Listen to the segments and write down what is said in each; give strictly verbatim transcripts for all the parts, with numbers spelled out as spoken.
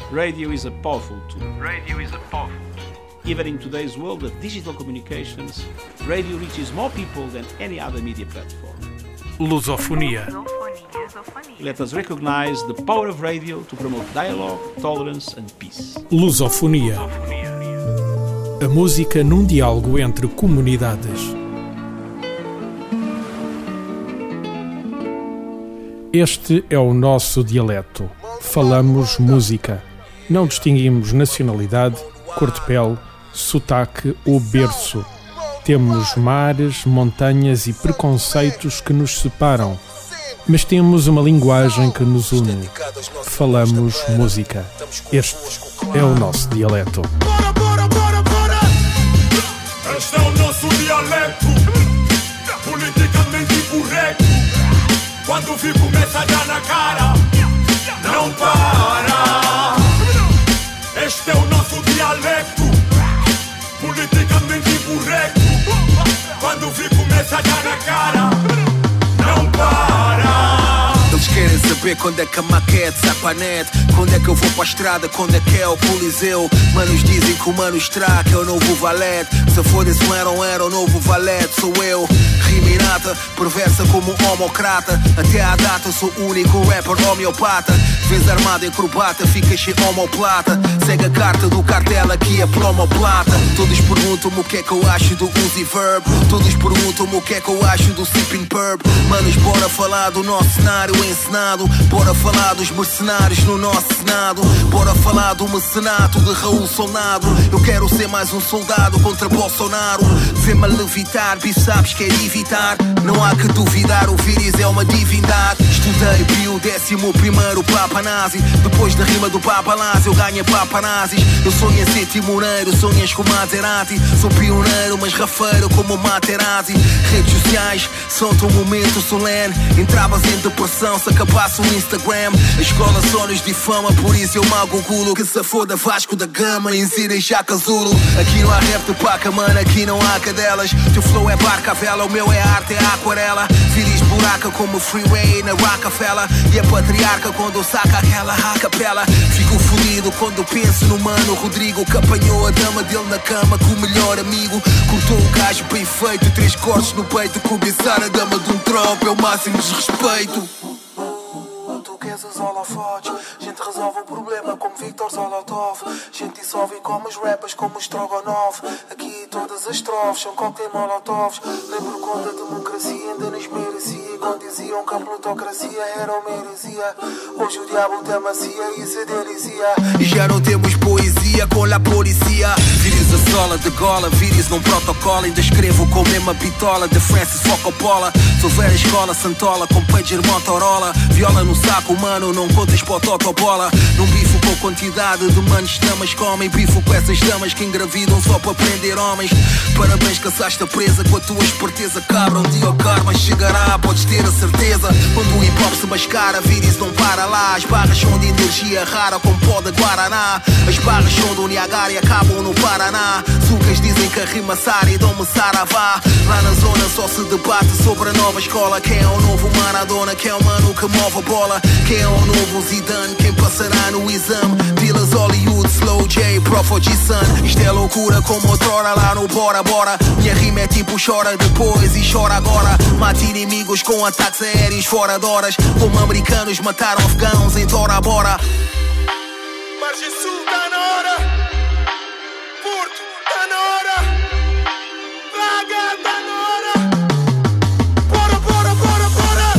Radio is a powerful tool. Radio is a powerful tool. Even in today's world of digital communications, radio reaches more people than any other media platform. Lusofonia. Let us recognize the power of radio to promote dialogue, tolerance and peace. Lusofonia. A música num diálogo entre comunidades. Este é o nosso dialeto. Falamos música. Não distinguimos nacionalidade, cor de pele, sotaque ou berço. Temos mares, montanhas e preconceitos que nos separam. Mas temos uma linguagem que nos une. Falamos música. Este é o nosso dialeto. Bora, bora, bora, bora! Este é o nosso dialeto. Politicamente correto. Quando vi começa a dar na cara, não para. Este é o nosso dialeto. Politicamente correto. Quando vi começa a dar na cara, não para. Eles querem saber quando é que a maquete sai para a net, quando é que eu vou para a estrada, quando é que é o Coliseu. Manos dizem que o Mano Strack é o novo Valete. Se foda-se um era, um era o novo Valete, sou eu. Riminata, perversa como um homocrata. Até à data sou o único rapper homeopata. Vês armado em acrobata, ficas sem homoplata. Segue a carta do cartel aqui é plomoplata. Todos perguntam-me o que é que eu acho do Uzi Verb. Todos perguntam-me o que é que eu acho do Sipping Purp. Manos, bora falar do nosso cenário encenado. Bora falar dos mercenários no nosso Senado. Bora falar do mecenato de Raul Solnado. Eu quero ser mais um soldado contra Bolsonaro. Vê-me a levitar, bicho sabes que é evitar. Não há que duvidar, o vírus é uma divindade. Estudei bio décimo primeiro Papa Nazi. Depois da rima do Papa Nazi eu ganhei Papa Nazis. Eu sonho em ser timoneiro, sonhas com Maserati. Sou pioneiro, mas rafeiro como Materazzi. Redes sociais são teu momento solene. Entravas em depressão se acabasse o Instagram. A escola só nos difama, por isso eu mago o culo. Que se foda Vasco da Gama, insira em Chaka Zulu. Aqui não há rap de paca, mano, aqui não há cadelas. Teu flow é barca, vela, o meu é arte, é aquarela. Filis buraca como freeway na Rockefeller. E a patriarca quando saca aquela acapela. Fico fodido quando penso no mano Rodrigo, que apanhou a dama dele na cama com o melhor amigo. Cortou o gajo bem feito, três cortes no peito. Cobiçar a dama de um tropa é o máximo desrespeito. Tu queres os holofotes, gente resolve o problema como Victor Zolotov. Gente dissolve como os rappers como Strogonoff. Aqui todas as trofes são cocktail molotovs. Lembro quando a democracia ainda nos merecia. Quando diziam que a plutocracia era uma heresia. Hoje o diabo tem macia e se delícia. E já não temos poesia com a polícia. Vírus a sola de gola, vírus num protocolo. Ainda escrevo com a mesma bitola de Francis Ford Coppola. Sou velha escola santola com pager Motorola. Viola no saco, mano, não contas para o totobola. Não bifo com a quantidade de manos damas comem. Bifo com essas damas que engravidam só para prender homens. Parabéns, caçaste a presa com a tua esperteza, cabra. Um dia o karma chegará, podes ter a certeza. Quando o hip hop se mascara, vírus não para lá. As barras são de energia rara como pó de Guaraná. As barras são do Niagara e acabam no Paraná. Sucas dizem que a rima sara e dão-me saravá. Lá na zona só se debate sobre a nova escola. Quem é o novo Maradona, quem é o mano que move a bola. Quem é o novo Zidane, quem passará no exame. Vilas Hollywood, Slow J, Profo G-Sun. Isto é loucura como outrora lá no Bora Bora. Minha rima é tipo chora depois e chora agora. Mata inimigos com ataques aéreos fora de horas. Como americanos mataram afegãos em Tora Bora. Margem Sul tá na hora. Porto tá na hora. Braga tá na hora. Bora, bora, bora,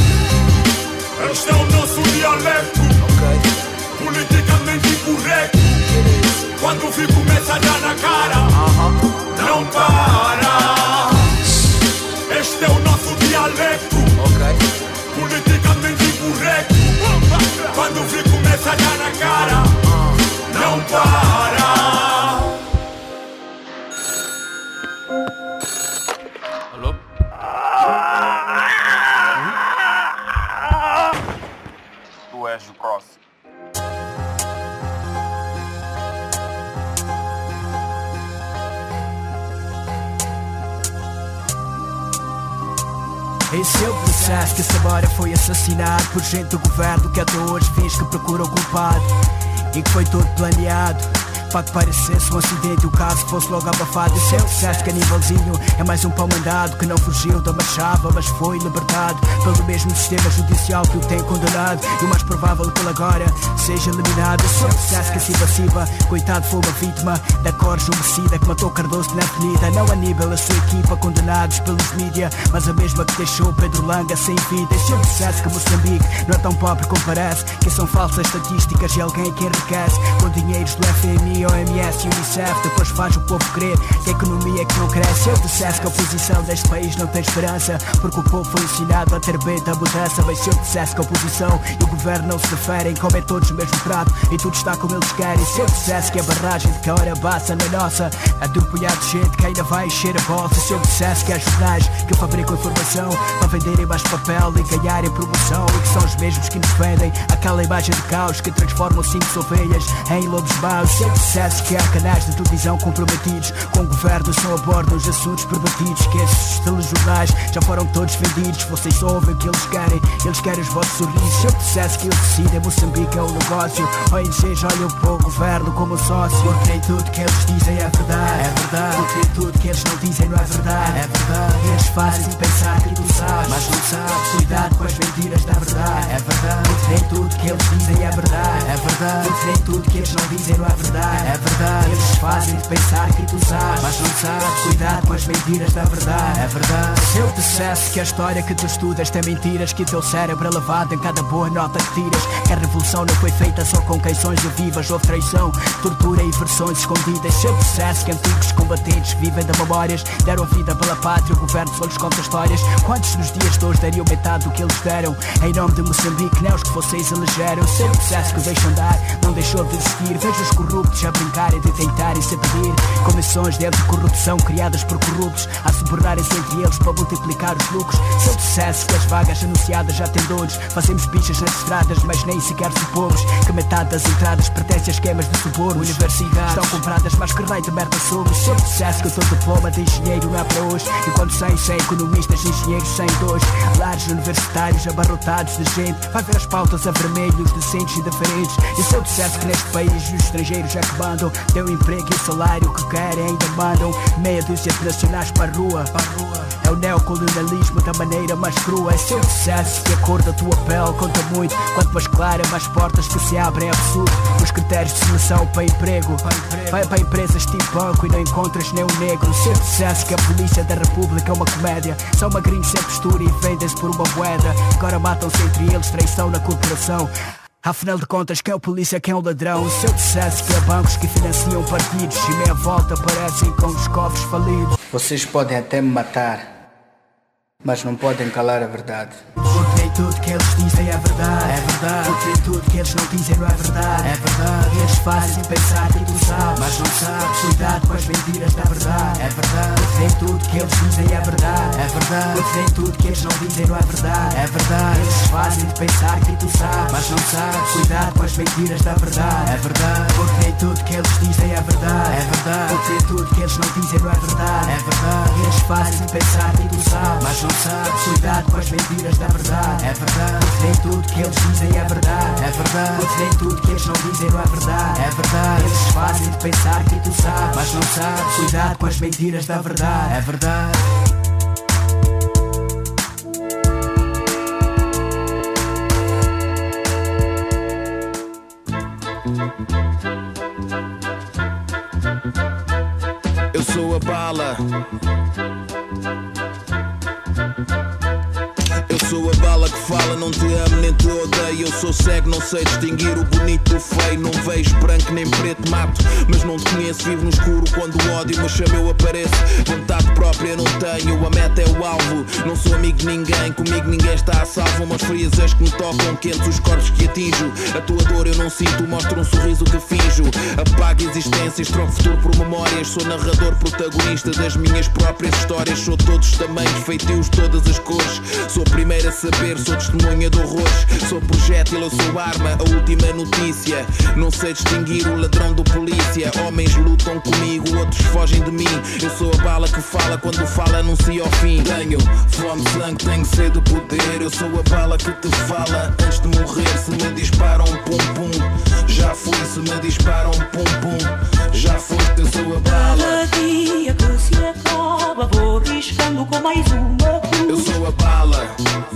bora. Este é o nosso dialeto. Ok. Politicamente correto. Quando vi começa a dar na cara, Uh-huh. não para. Este é o nosso dialeto. Ok. Politicamente correto. Quando vi começa a dar na cara, não para. Alô? Tu és o próximo. Esse é o processo que essa hora foi assassinado por gente do governo que até hoje finge que procura o culpado. e que foi todo planeado. Para que parecesse um acidente, o caso fosse logo abafado. E se eu dissesse que Aníbalzinho é mais um pau mandado, que não fugiu da machava, mas foi libertado pelo mesmo sistema judicial que o tem condenado, e o mais provável que ele agora seja eliminado. E se eu dissesse que a Siba Siba, coitado, foi uma vítima da corja homicida que matou Cardoso na avenida. Não Aníbal, a sua equipa, condenados pelos mídia, mas a mesma que deixou Pedro Langa sem vida. E se eu dissesse que Moçambique não é tão pobre como parece, que são falsas estatísticas e alguém que enriquece com dinheiros do F M I, O M S e Unicef, depois faz o povo crer que a economia é que não cresce. Se eu dissesse que a oposição deste país não tem esperança, porque o povo foi ensinado a ter medo da mudança. Mas se eu dissesse que a oposição e o governo não se referem, comem todos o mesmo prato e tudo está como eles querem. Se eu dissesse que a barragem de que a hora passa na nossa é de um punhado de gente que ainda vai encher a bolsa. Se eu dissesse que há jornais que fabricam informação para venderem mais papel e ganharem promoção, e que são os mesmos que nos vendem aquela imagem de caos que transformam cinco ovelhas em lobos maus. Se eu dissesse que há canais de televisão comprometidos com o governo, só abordam os assuntos permitidos, que esses telejornais já foram todos vendidos. Vocês ouvem o que eles querem, eles querem os vossos sorrisos. Se eu dissesse que eu decido em Moçambique é um negócio, O N Gs olham para o governo como um sócio, porque nem tudo que eles dizem é verdade, é verdade. Porque nem tudo que eles não dizem não é verdade, é verdade. Eles fazem pensar que tu sabes, mas não sabes. Cuidado com as mentiras da verdade, é verdade. Porque nem tudo que eles dizem é verdade, é verdade. Porque nem tudo que eles não dizem não é verdade, é verdade. Eles fazem-te pensar que tu sabes, mas não sabes. Cuidado com as mentiras da verdade, é verdade. Se eu dissesse que a história que tu estudas tem mentiras, que o teu cérebro é lavado em cada boa nota que tiras, que a revolução não foi feita só com canções de vivas, houve traição, tortura e versões escondidas. Se eu dissesse que antigos combatentes vivem de memórias, deram a vida pela pátria, o governo só lhes conta histórias, quantos nos dias de hoje dariam metade do que eles deram em nome de Moçambique, nem os que vocês elegeram? Se eu dissesse que o deixo andar não deixou de existir, vejo os corruptos a brincarem de tentarem se pedir comissões de anticorrupção criadas por corruptos, a subornarem-se entre eles para multiplicar os lucros. Se eu dissesse que as vagas anunciadas já têm donos, fazemos bichas nas estradas, mas nem sequer supomos que metade das entradas pertence a esquemas de subornos. Universidades estão compradas, mas que raio de merda somos? Se eu dissesse que o teu diploma de engenheiro não é para hoje, enquanto sem, sem economistas, engenheiros sem dois, lares universitários abarrotados de gente, vai ver as pautas a vermelhos, decentes e diferentes. E se eu dissesse que neste país os estrangeiros é que mandam, têm o emprego e o salário que querem, ainda mandam meia dúzia de nacionais para a rua, para a rua. É o neocolonialismo da maneira mais crua. E se eu dissesse que a cor da tua pele conta muito, quanto mais clara, mais portas que se abrem, é absurdo. Os critérios de seleção para emprego, vai para empresas tipo banco e não encontras nem um negro. Se eu dissesse que a polícia da república é uma comédia, são magrinhos sem postura e vendem-se por uma moeda, agora matam-se entre eles, traição na corporação. Afinal de contas, quem é o polícia, quem é o ladrão? Se eu dissesse que há bancos que financiam partidos e meia volta parecem com os cofres falidos. Vocês podem até me matar, mas não podem calar a verdade. Porque nem tudo que eles dizem é verdade, é verdade. Porque nem tudo que eles não dizem não é verdade, é verdade. Eles fazem pensar que tu sabes, mas não sabes. Cuidado com as mentiras da verdade, é verdade. Porque nem tudo que eles dizem é verdade, é verdade. Porque nem tudo que eles não dizem não é verdade, é verdade. Eles fazem pensar que tu sabes, mas não sabes. Cuidado com as mentiras da verdade, é verdade. Porque nem tudo que eles dizem é verdade, é verdade. Porque nem tudo que eles não dizem não é verdade, é verdade. Eles fazem pensar que tu sabes, mas não sabes. Cuidado com as mentiras da verdade, é verdade. Porque nem tudo que eles dizem é verdade, é verdade. Porque nem tudo que eles não dizem não é verdade, é verdade. Eles fazem-te pensar que tu sabes, mas não sabes. Cuidado com as mentiras da verdade, é verdade. Eu sou a bala. Eu sou a bala que fala, não te amo nem te odeio. Eu sou cego, não sei distinguir o bonito do feio. Não vejo branco nem preto, mato, mas não te conheço. Vivo no escuro quando o ódio me chama, eu apareço. Vontade própria não tenho, a meta é o alvo. Não sou amigo de ninguém, comigo ninguém está a salvo. Umas frias as que me tocam, quentes os corpos que atinjo. A tua dor eu não sinto, mostro um sorriso que finjo. Apago existências, troco futuro por memórias. Sou narrador, protagonista das minhas próprias histórias. Sou todos os tamanhos, feitios, todas as cores. Sou primeiro a saber, sou testemunha de horrores. Sou projétil, eu sou arma, a última notícia. Não sei distinguir o ladrão do polícia. Homens lutam comigo, outros fogem de mim. Eu sou a bala que fala, quando fala anuncia o fim. Tenho fome, sangue, tenho sede de poder. Eu sou a bala que te fala antes de morrer. Se me disparam, pum pum, já fui. Se disparam pum pum. Já foste, eu sou a bala. Cada dia que se acaba vou riscando com mais uma cruz. Eu sou a bala.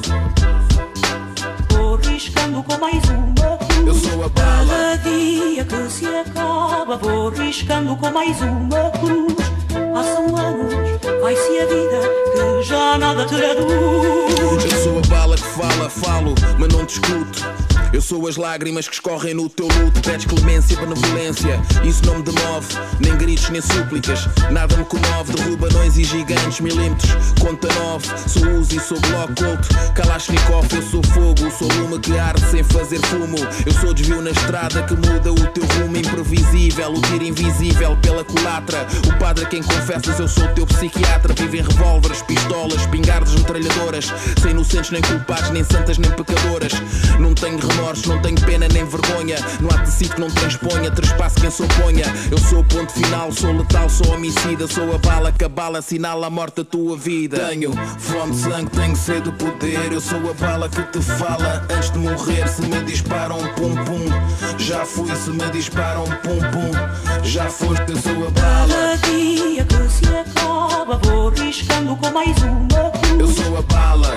Vou riscando com mais uma cruz. Eu sou a bala. Cada dia que se acaba vou riscando com mais uma cruz. Passam anos, vai-se a vida que já nada traduz. Eu sou a bala que fala, falo, mas não discuto. Eu sou as lágrimas que escorrem no teu luto. Pedes clemência, benevolência, isso não me demove. Nem gritos, nem súplicas, nada me comove. Derruba anões e gigantes, milímetros, conta nove. Sou Uzi, sou bloco culto, Kalashnikov. Eu sou fogo, sou lume que arde sem fazer fumo. Eu sou desvio na estrada que muda o teu rumo. Imprevisível, o tiro invisível pela culatra. O padre a quem confessas, eu sou teu psiquiatra. Vive em revólveres, pistolas, espingardas, metralhadoras. Sem inocentes, nem culpados, nem santas, nem pecadoras. Não tenho remorso, não tenho pena nem vergonha. Não há tecido que não transponha, trespasse quem se oponha. Eu sou o ponto final, sou letal, sou homicida. Sou a bala que a bala assinala a morte da tua vida. Tenho fome de sangue, tenho sede de poder. Eu sou a bala que te fala antes de morrer. Se me disparam pum pum, já fui. Se me disparam pum pum, já foste, eu sou a bala. Cada dia que se acaba vou riscando com mais uma cruz. Eu sou a bala.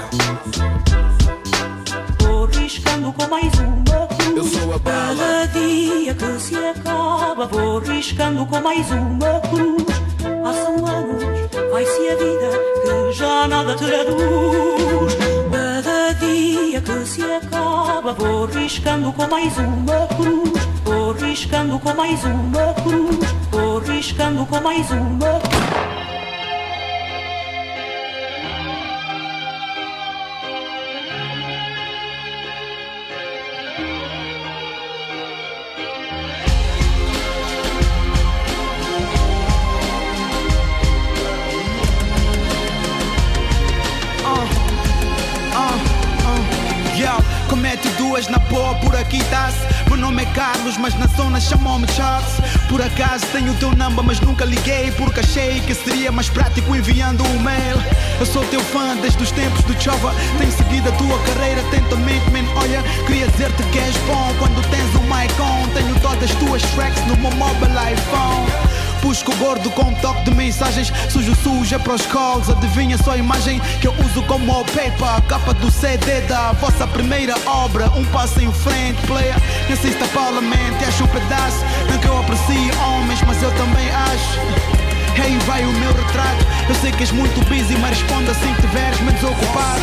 Vou riscando com mais uma cruz. Eu sou a bala. Cada dia que se acaba vou riscando com mais uma cruz. Passam anos, vai-se a vida que já nada traduz. Cada dia que se acaba vou riscando com mais uma cruz. Vou riscando com mais uma cruz. Vou riscando com mais uma cruz. Comete duas na pó, por aqui tá-se. Meu nome é Carlos, mas na zona chamam-me Charles. Por acaso tenho o teu number, mas nunca liguei, porque achei que seria mais prático enviando um mail. Eu sou teu fã desde os tempos do Chova. Tenho seguido a tua carreira atentamente, man. Olha, queria dizer-te que és bom quando tens um mic on. Tenho todas as tuas tracks no meu mobile iPhone. Busco o gordo com um toque de mensagens. Sujo suja para os calls. Adivinha só a imagem que eu uso como wallpaper. A capa do C D da vossa primeira obra. Um passo em frente, player. Assista parlamento e acho um pedaço. Não que eu aprecie homens, mas eu também acho. Aí vai o meu retrato. Eu sei que és muito busy, mas responda assim que tiveres menos ocupado.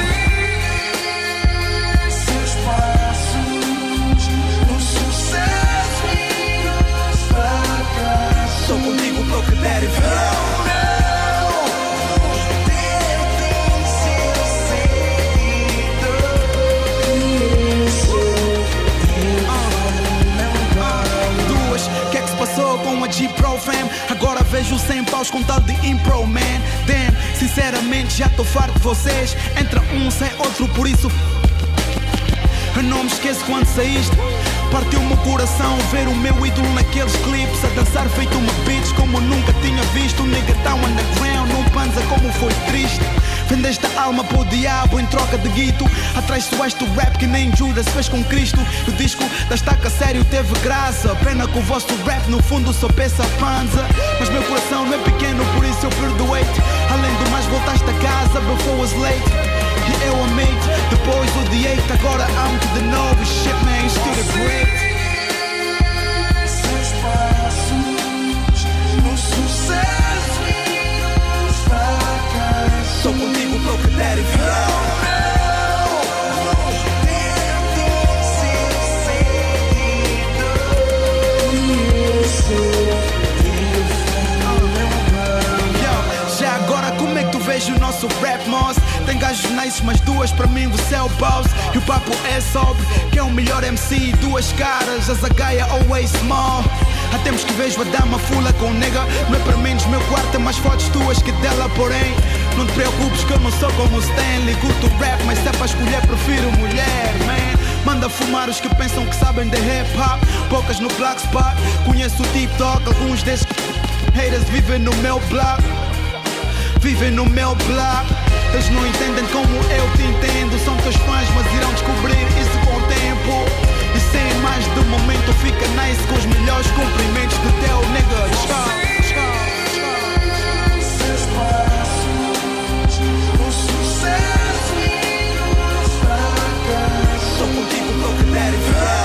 Seus passos no sucesso e nos fracassos. Sou contigo pro que der e vier. Com a G-Pro fam, agora vejo cem paus com tal de impro, man. Damn, sinceramente já tô farto de vocês. Entra um, sai outro, por isso eu não me esqueço quando saíste. Partiu-me o coração ver o meu ídolo naqueles clipes, a dançar feito uma bitch como nunca tinha visto. Um nigga down underground, num panza como foi triste. Vendeste a alma pro diabo em troca de guito. Atraiçoaste o rap que nem Judas fez com Cristo. O disco da estaca sério teve graça. Pena que o vosso rap no fundo só peça panza. Mas meu coração não é pequeno, por isso eu perdoei-te. Além do mais voltaste a casa before was late. E eu amei-te, depois odiei-te. Agora amo-te de novo, shit man, still the great. Seus passos no sucesso e nos fracassos. Sou contigo pro que der e vier. Já agora como é que tu vês o nosso rap, moss? Tem gajos nice, mas duas para mim você é o boss. E o papo é sobre que é o melhor M C. Duas caras, a zagaia always small. Há tempos que vejo a dama fula com nega. Não é para menos, meu quarto é mais fotos tuas que dela, porém não te preocupes que eu não sou como o Stanley. Curto rap, mas se é para escolher prefiro mulher, man. Manda fumar os que pensam que sabem de hip hop. Poucas no Black Spot. Conheço o TikTok, alguns desses haters vivem no meu blog. Vivem no meu blog. Eles não entendem como eu te entendo. São teus fãs, mas irão descobrir isso com o tempo. E sem mais de momento tu fica nice com os melhores cumprimentos do teu nigga. Tchau, tchau. Sou contigo pro que der e vier.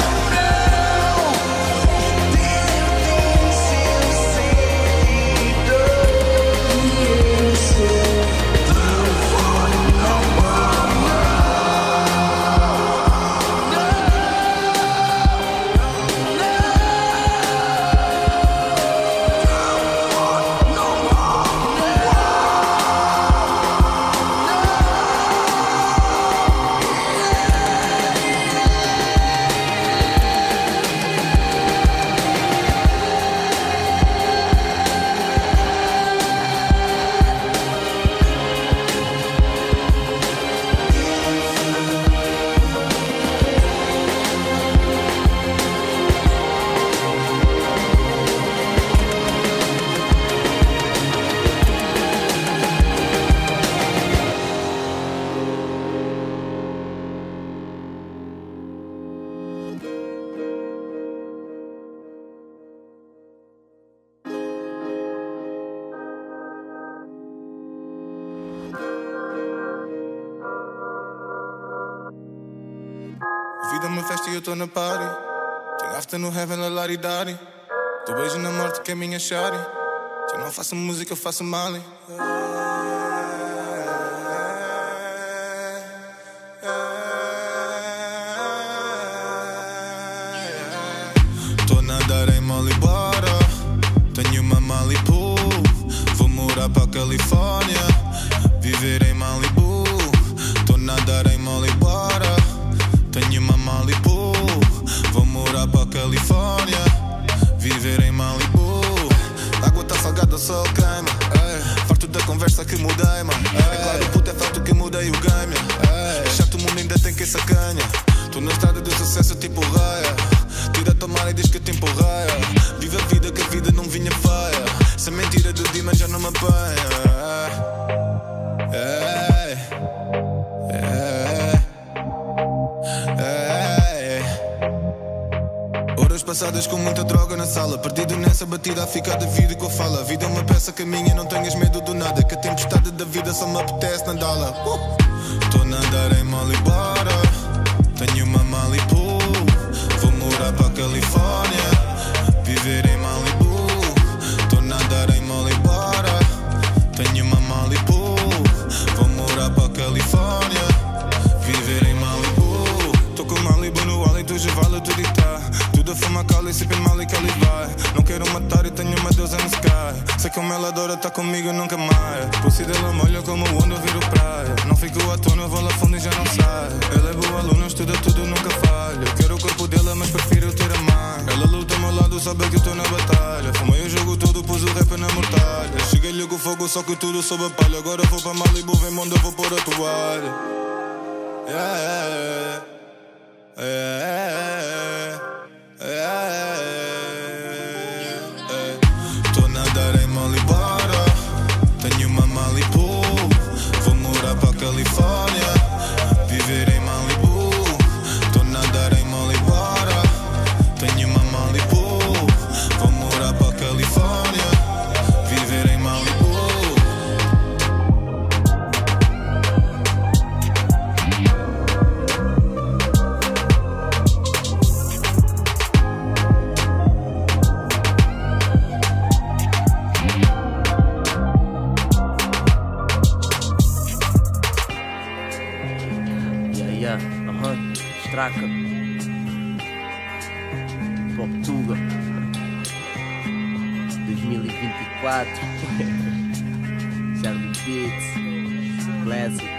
Vida uma festa e eu tô na party. Tem after no heaven, la laridade. Tô beijo na morte que é minha shari. Se eu não faço música, eu faço mali. Tô na andar em Malibara. Tenho uma Malibu. Vou morar pra Califórnia. Viver em Malibu. Tô na andar em Malibara. Tenho uma Malibu. Vou morar pra Califórnia. Viver em Malibu. A água tá salgada, o sol queima. Ei. Farto da conversa que mudei, man. É claro, puto, é fato que mudei o game. É chato, o mundo ainda tem que sacanha. Tô na estrada do sucesso tipo raia. Tira a tomar e diz que te empurraia. Vive a vida que a vida não vinha feia. Se a mentira do Dima já não me apanha. Ei. Ei. Ei. Horas passadas com muita droga na sala. Perdido nessa batida a ficar da vida que eu falo. A vida é uma peça que minha, não tenhas medo do nada. Que a tempestade da vida só me apetece nadá-la. uh. Tô na andar em Malibara. Tenho uma Malibu. Vou morar pra Califórnia. Viver em Malibu. Tô na andar em Malibara. Tenho uma Malibu. Vou morar pra Califórnia. Viver em Malibu. Tô com Malibu no hálito, já vale tudo e tá. Tudo a fama cala e sempre mal e que ele vai. Não quero matar e tenho uma deusa no sky. Sei como ela adora, tá comigo nunca mais. Pussy dela molha como onda, eu viro praia. Não fico à toa, eu vou lá fundo e já não sai. Ela é boa aluna, estuda tudo, nunca falha. Eu quero o corpo dela, mas prefiro ter a mãe. Ela luta ao meu lado, sabe que eu tô na batalha. Fumei o jogo todo, pus o rap na mortalha. Cheguei-lhe com fogo, só que tudo sob a palha. Agora vou pra Malibu, vem mundo, eu vou pôr a toalha. Yeah, yeah, yeah, yeah, yeah, yeah. Tô na andar em Malibara. Tenho uma Malibu. Vou morar pra Califórnia. Viver em Malibu. Tô na andar em Malibara. Tenho uma Malibu. Vou morar pra Califórnia. Viver em Malibu. Straca Pop Tuga dois mil e vinte e quatro Charlie Beats Classic.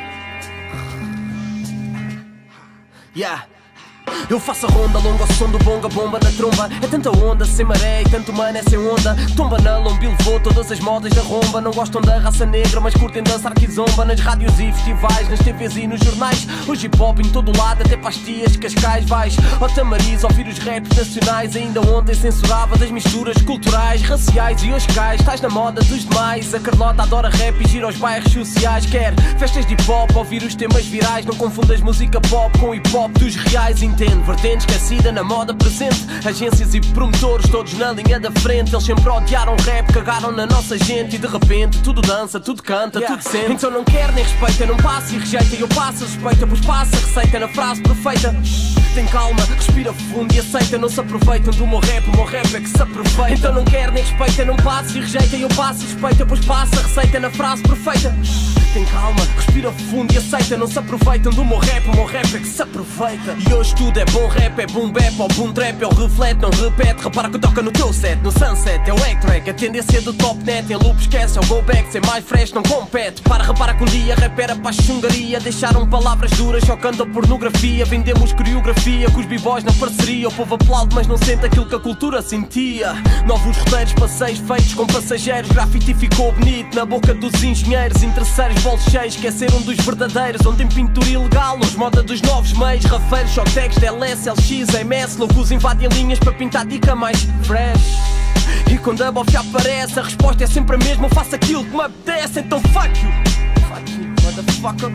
Yeah. Eu faço a ronda, longo ao som do bonga, bomba na tromba. É tanta onda, sem maré e tanto mano é sem onda. Tomba na lomba e levou todas as modas da romba. Não gostam da raça negra, mas curtem dançar que zomba. Nas rádios e festivais, nas T Vs e nos jornais. Hoje hip hop em todo lado, até para as tias de Cascais. Vais ao Tamariz ouvir os raps nacionais. Ainda ontem censurava das misturas culturais, raciais e hoje cais. Estás na moda dos demais. A Carlota adora rap e gira aos bairros sociais. Quer festas de hip hop, ouvir os temas virais. Não confundas música pop com hip hop dos reais, entende? diferente, vertente esquecida na moda presente. Agências e promotores todos na linha da frente. Eles sempre odiaram rap, cagaram na nossa gente. E de repente tudo dança, tudo canta, yeah. tudo sente. Então não quer nem respeita, não passa e rejeita. Eu passo a suspeita, pois passa a receita na frase perfeita. Tem calma, respira fundo e aceita. Não se aproveitam do meu rap, o meu rap é que se aproveita. Então não quer nem respeita, não passa e rejeita. Eu passo a suspeita, pois passa a receita na frase perfeita. Tem calma, respira fundo e aceita. Não se aproveitam do meu rap, o meu rap é que se aproveita. E hoje tudo é bom rap, é boom bap ou boom trap. É o reflete, não repete, repara que toca no teu set. No sunset é o egg track, a tendência do top net. Em loop esquece, é o go back, ser mais fresh não compete. Para, repara que um dia rap era para a chungaria. Deixaram palavras duras, só cantam pornografia. Vendemos coreografia com os b-boys na parceria. O povo aplaude mas não sente aquilo que a cultura sentia. Novos roteiros, passeios feitos com passageiros. Grafite ficou bonito na boca dos engenheiros. Interesseiros, bolsos cheios, esqueceram dos verdadeiros. Onde tem pintura ilegal, os moda dos novos meios. Rafeiros, Shoctex, D L S, L X, M S. Loucos invadem linhas para pintar dica mais fresh. E quando a bofia aparece, a resposta é sempre a mesma. Eu faço aquilo que me apetece, então fuck you. Fuck you, motherfucker.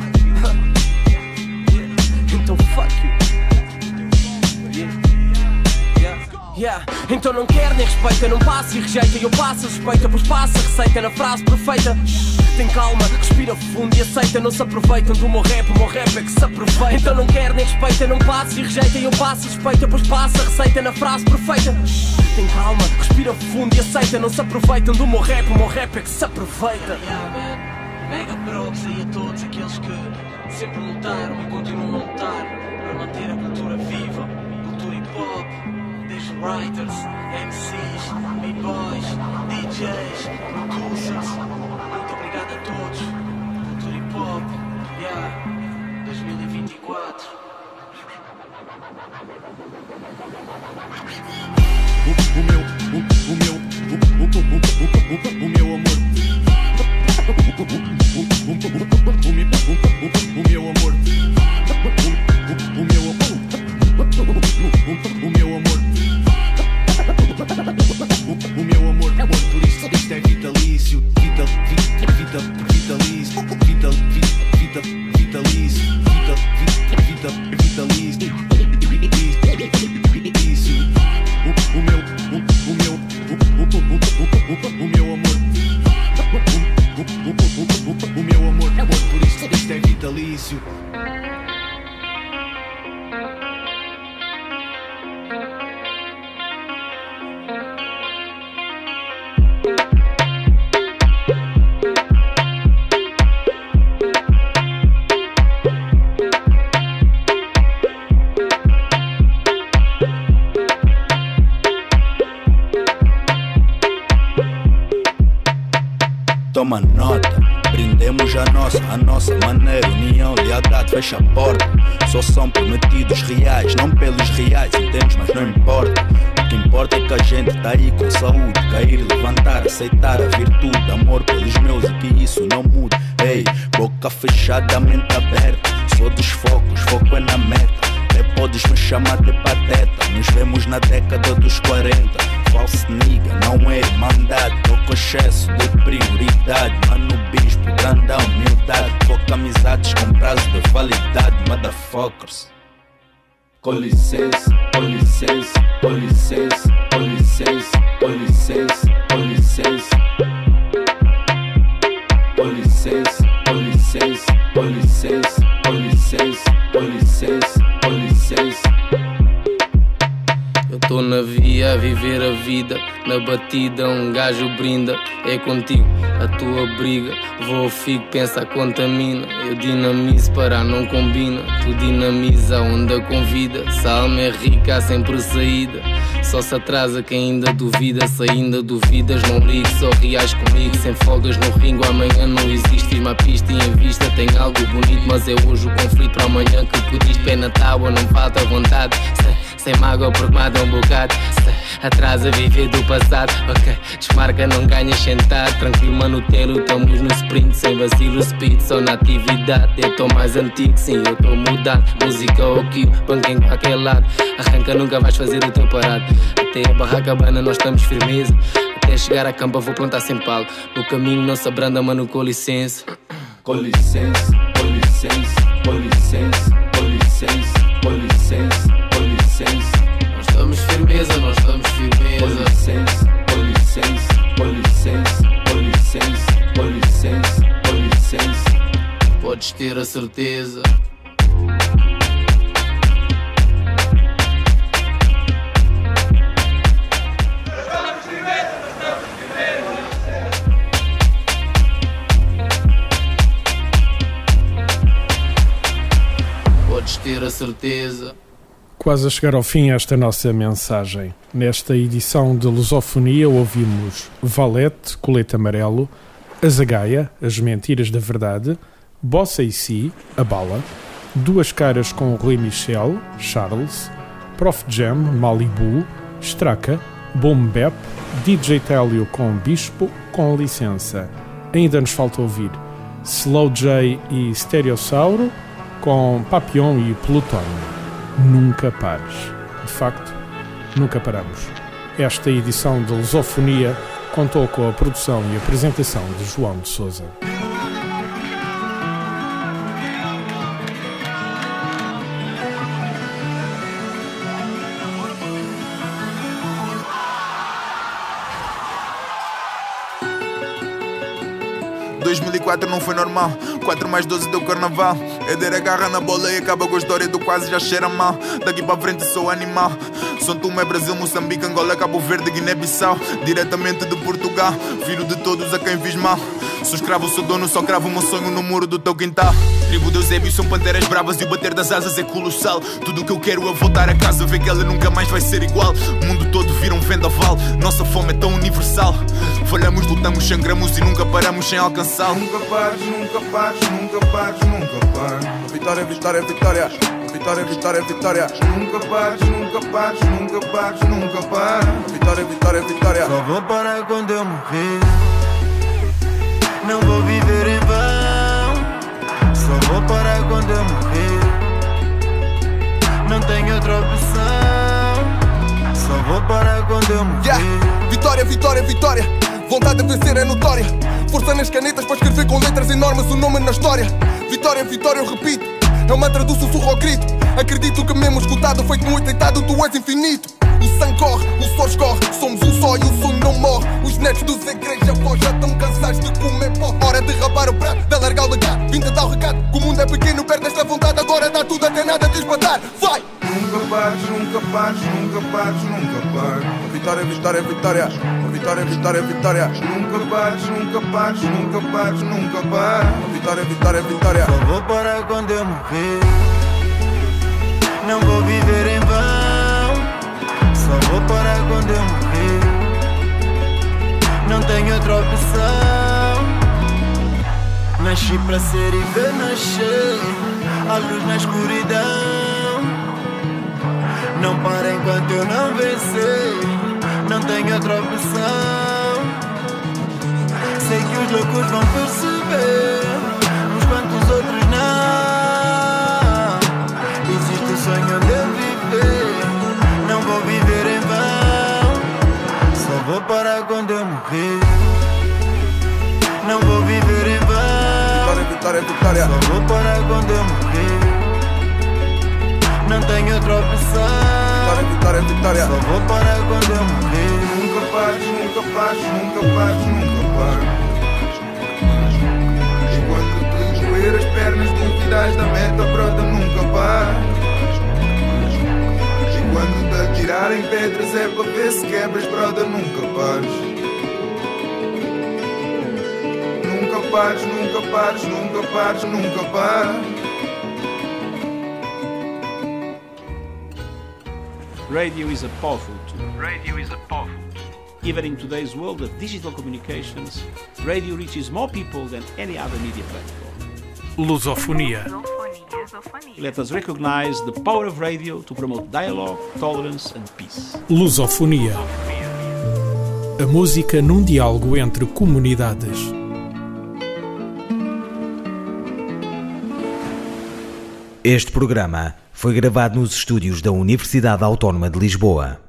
Então fuck you. Yeah. Yeah. Então não quer nem respeita, não passa e rejeita. Eu passo a suspeita, pois passa a receita na frase perfeita. Tem calma, respira fundo e aceita. Não se aproveitam do meu rap, o meu rap é que se aproveita. Então não quer nem respeita, não passa e rejeita. Eu passo a suspeita, pois passa a receita na frase perfeita. Tem calma, respira fundo e aceita. Não se aproveitam do meu rap, o meu rap é que se aproveita. Yeah, man. Mega props aí a todos aqueles que sempre lutaram e continuam a lutar para manter a cultura viva. Cultura hip hop, desde writers, M Cs, b-boys, D Js, producers. Muito obrigado a todos. Cultura hip hop, yeah, dois mil e vinte e quatro. O, o meu, o, o meu, o, o, o, o, o, o meu amor. O, o, o, o, o, o meu amor. O, o meu amor. O meu amor. O, o meu amor. Por isso isto é vitalício. Vital, vital, vitalício. Vital, vital, vitalício. Vital, vital, vitalício. O meu, o, o meu, o, o, o, o meu amor. O, o, o, o meu amor. Por isso isto é vitalício. Toma nota, brindemos a nossa, a nossa maneira. União, lealdade, fecha a porta. Só são prometidos reais, não pelos reais, entendes, mas não importa. O que importa é que a gente tá aí com saúde. Cair, levantar, aceitar a virtude. Amor pelos meus e que isso não mude. Ei, boca fechada, mente aberta. Sou dos focos, foco é na meta. Até podes me chamar de pateta. Nos vemos na década dos quarenta. False nigga, não é irmandade. Tô com excesso de prioridade. Mano bispo, grande humildade. Foca amizades com prazo de validade. Motherfuckers. Com licença, com licença, com licença, com licença, com licença, com licença. Com licença, com licença, com licença, com licença, com licença, com licença. Eu tô na via a viver a vida. Na batida um gajo brinda. É contigo a tua briga. Vou, fico, pensa, contamina. Eu dinamizo para não combina. Tu dinamiza, a onda convida. Se a alma é rica, há sempre saída. Só se atrasa quem ainda duvida. Se ainda duvidas, não ligue. Só reais comigo, sem folgas no ringue. Amanhã não existe, fiz uma pista e em vista. Tem algo bonito, mas é hoje o conflito. Para amanhã que pediste, pé na tábua, não falta vontade. Sem mágoa porque mata um bocado. Atrasa viver do passado. Ok, desmarca, não ganhas sentado. Tranquilo, mano, telo, estamos no sprint. Sem vacilo, speed, só na atividade. Eu tô mais antigo, sim, eu tô mudado. Música ou kill, banca em qualquer lado. Arranca, nunca vais fazer o teu parado. Até a barraca bana nós estamos firmeza. Até chegar à campa vou plantar sem palo. No caminho não se abranda, mano, com licença. Com licença, com licença, com licença, com licença, com licença, com licença. licença. Nós estamos firmeza, nós estamos firmeza. Com licença, com licença, com licença, com licença, com licença, com licença. Podes ter a certeza. Podes ter a certeza. Quase a chegar ao fim esta nossa mensagem. Nesta edição de Lusofonia ouvimos Valete, Colete Amarelo, Azagaia, As Mentiras da Verdade, Bossa e Si, A Bala, Duas Caras com Rui Michel, Charles, Prof Jam, Malibu, Straca, Boom Bap, D J Télio com Bispo, Com Licença. Ainda nos falta ouvir Slow J e Stereossauro com Papillon e Plutônio. Nunca pares. De facto, nunca paramos. Esta edição de Lusofonia contou com a produção e apresentação de João de Sousa. dois mil e quatro não foi normal, quatro mais doze deu carnaval. Éder agarra na bola e acaba com a história do quase já cheira mal. Daqui para frente sou animal. São Tomé, Brasil, Moçambique, Angola, Cabo Verde, Guiné-Bissau. Diretamente de Portugal, filho de todos a quem fiz mal. Sou escravo, sou dono, só cravo o meu sonho no muro do teu quintal. Tribo de Eusébio são panteras bravas e o bater das asas é colossal. Tudo o que eu quero é voltar a casa, ver que ela nunca mais vai ser igual. O mundo todo vira um vendaval, nossa fome é tão universal. Falhamos, lutamos, sangramos e nunca paramos sem alcançar. Nunca pares, nunca pares, nunca pares, nunca pares. Vitória, vitória, vitória. Vitória, vitória, vitória. Nunca pares, nunca pares, nunca pares, nunca pares. Vitória, vitória, vitória. Só vou parar quando eu morrer. Não vou viver em vão. Só vou parar quando eu morrer. Não tenho outra opção. Só vou parar quando eu morrer. Yeah. Vitória, vitória, vitória. Vontade de vencer é notória. Força nas canetas para escrever com letras enormes o nome na história. Vitória, vitória, eu repito. É o mantra do sussurro ao grito. Acredito que mesmo escutado, feito muito deitado, tu és infinito. O sangue corre, o sol escorre. Somos um só e o sonho não morre. Os netos dos igrejas avós já estão cansados de comer pó. Hora de rapar o prato, de alargar o legado. Vinda dar o recado, que o mundo é pequeno, perde esta vontade. Agora dá tudo até nada de espantar. Vai! Nunca pares, nunca pares, nunca pares, nunca pares. Vitória, vitória, vitória. Vitória, vitória, vitória. Nunca pares, nunca pares, nunca pares, nunca pares. Vitória, vitória, vitória. Só vou parar quando eu morrer. Não vou viver em vão. Só vou parar quando eu morrer. Não tenho outra opção. Nasci para ser e ver nascer a luz na escuridão. Não para enquanto eu não vencer. Não tenho outra opção. Sei que os loucos vão perceber, uns quantos outros não. Existe o sonho de eu viver. Não vou viver em vão. Só vou parar quando eu morrer. Não vou viver em vão. Vitória, vitória, vitória. Só vou parar quando eu morrer. Não tenho outra opção. Vitória, vitória, vitória. Só vou parar quando eu morrer. Nunca pares, nunca pares, nunca pares, nunca pares. E quando te enjoer as pernas, duvidas da meta, brota, nunca pares. E quando te atirarem pedras é para ver se quebras, brota, nunca pares. Nunca pares, nunca pares, nunca pares, nunca pares. Radio is a powerful tool. Radio is a powerful tool. Even in today's world of digital communications, radio reaches more people than any other media platform. Lusofonia. Let us recognize the power of radio to promote dialogue, tolerance and peace. Lusofonia. A música num diálogo entre comunidades. Este programa foi gravado nos estúdios da Universidade Autónoma de Lisboa.